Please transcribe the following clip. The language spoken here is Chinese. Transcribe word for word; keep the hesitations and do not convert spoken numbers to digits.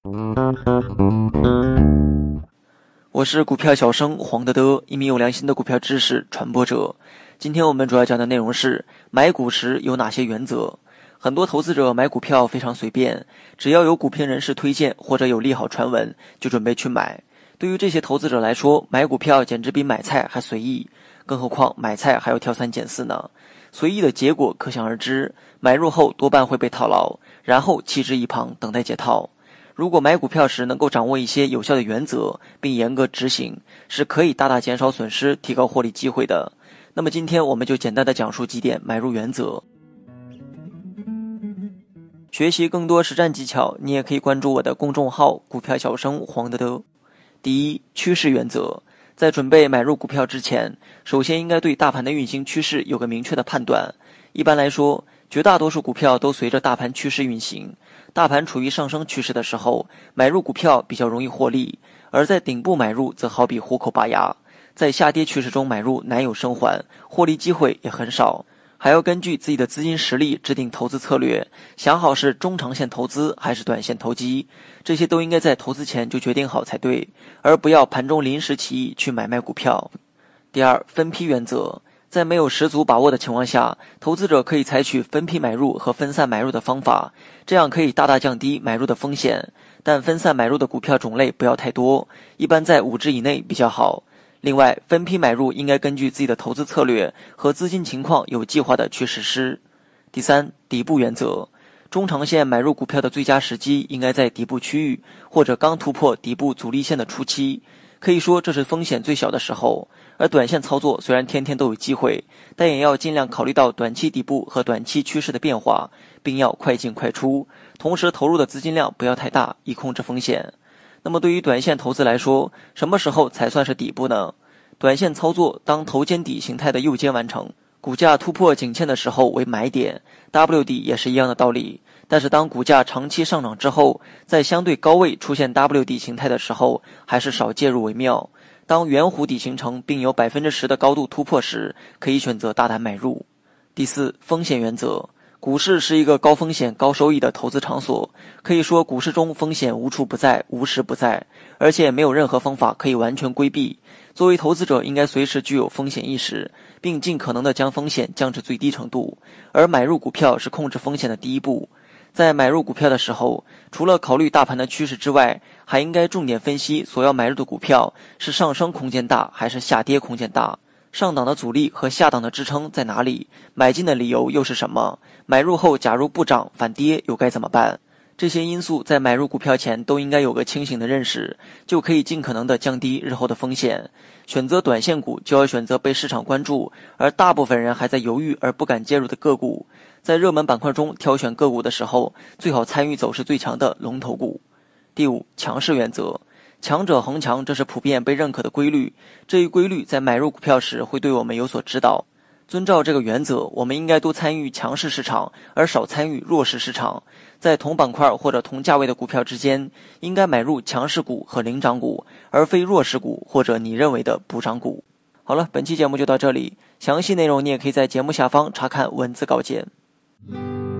我是股票小生黄德德，一名有良心的股票知识传播者。今天我们主要讲的内容是买股时有哪些原则。很多投资者买股票非常随便，只要有股评人士推荐或者有利好传闻就准备去买。对于这些投资者来说，买股票简直比买菜还随意，更何况买菜还要挑三拣四呢。随意的结果可想而知，买入后多半会被套牢，然后弃之一旁等待解套。如果买股票时能够掌握一些有效的原则并严格执行，是可以大大减少损失，提高获利机会的。那么今天我们就简单的讲述几点买入原则。学习更多实战技巧，你也可以关注我的公众号股票小生黄德德。第一，趋势原则。在准备买入股票之前，首先应该对大盘的运行趋势有个明确的判断。一般来说，绝大多数股票都随着大盘趋势运行，大盘处于上升趋势的时候，买入股票比较容易获利，而在顶部买入则好比虎口拔牙，在下跌趋势中买入难有生还，获利机会也很少。还要根据自己的资金实力制定投资策略，想好是中长线投资还是短线投机，这些都应该在投资前就决定好才对，而不要盘中临时起意去买卖股票。第二，分批原则。在没有十足把握的情况下，投资者可以采取分批买入和分散买入的方法，这样可以大大降低买入的风险，但分散买入的股票种类不要太多，一般在五只以内比较好。另外，分批买入应该根据自己的投资策略和资金情况有计划的去实施。第三，底部原则。中长线买入股票的最佳时机应该在底部区域或者刚突破底部阻力线的初期，可以说这是风险最小的时候。而短线操作虽然天天都有机会，但也要尽量考虑到短期底部和短期趋势的变化，并要快进快出，同时投入的资金量不要太大，以控制风险。那么对于短线投资来说，什么时候才算是底部呢？短线操作当头肩底形态的右肩完成，股价突破颈线的时候为买点， W 底也是一样的道理。但是当股价长期上涨之后，在相对高位出现 W 底形态的时候，还是少介入为妙。当圆弧底形成并有 百分之十 的高度突破时，可以选择大胆买入。第四，风险原则。股市是一个高风险高收益的投资场所，可以说股市中风险无处不在，无时不在，而且没有任何方法可以完全规避。作为投资者，应该随时具有风险意识，并尽可能的将风险降至最低程度，而买入股票是控制风险的第一步。在买入股票的时候，除了考虑大盘的趋势之外，还应该重点分析所要买入的股票是上升空间大还是下跌空间大，上档的阻力和下档的支撑在哪里，买进的理由又是什么，买入后假如不涨反跌又该怎么办。这些因素在买入股票前都应该有个清醒的认识，就可以尽可能的降低日后的风险。选择短线股就要选择被市场关注，而大部分人还在犹豫而不敢介入的个股。在热门板块中挑选个股的时候，最好参与走势最强的龙头股。第五，强势原则。强者恒强，这是普遍被认可的规律。这一规律在买入股票时会对我们有所指导。遵照这个原则，我们应该多参与强势市场，而少参与弱势市场。在同板块或者同价位的股票之间，应该买入强势股和领涨股，而非弱势股或者你认为的补涨股。好了，本期节目就到这里，详细内容你也可以在节目下方查看文字稿件。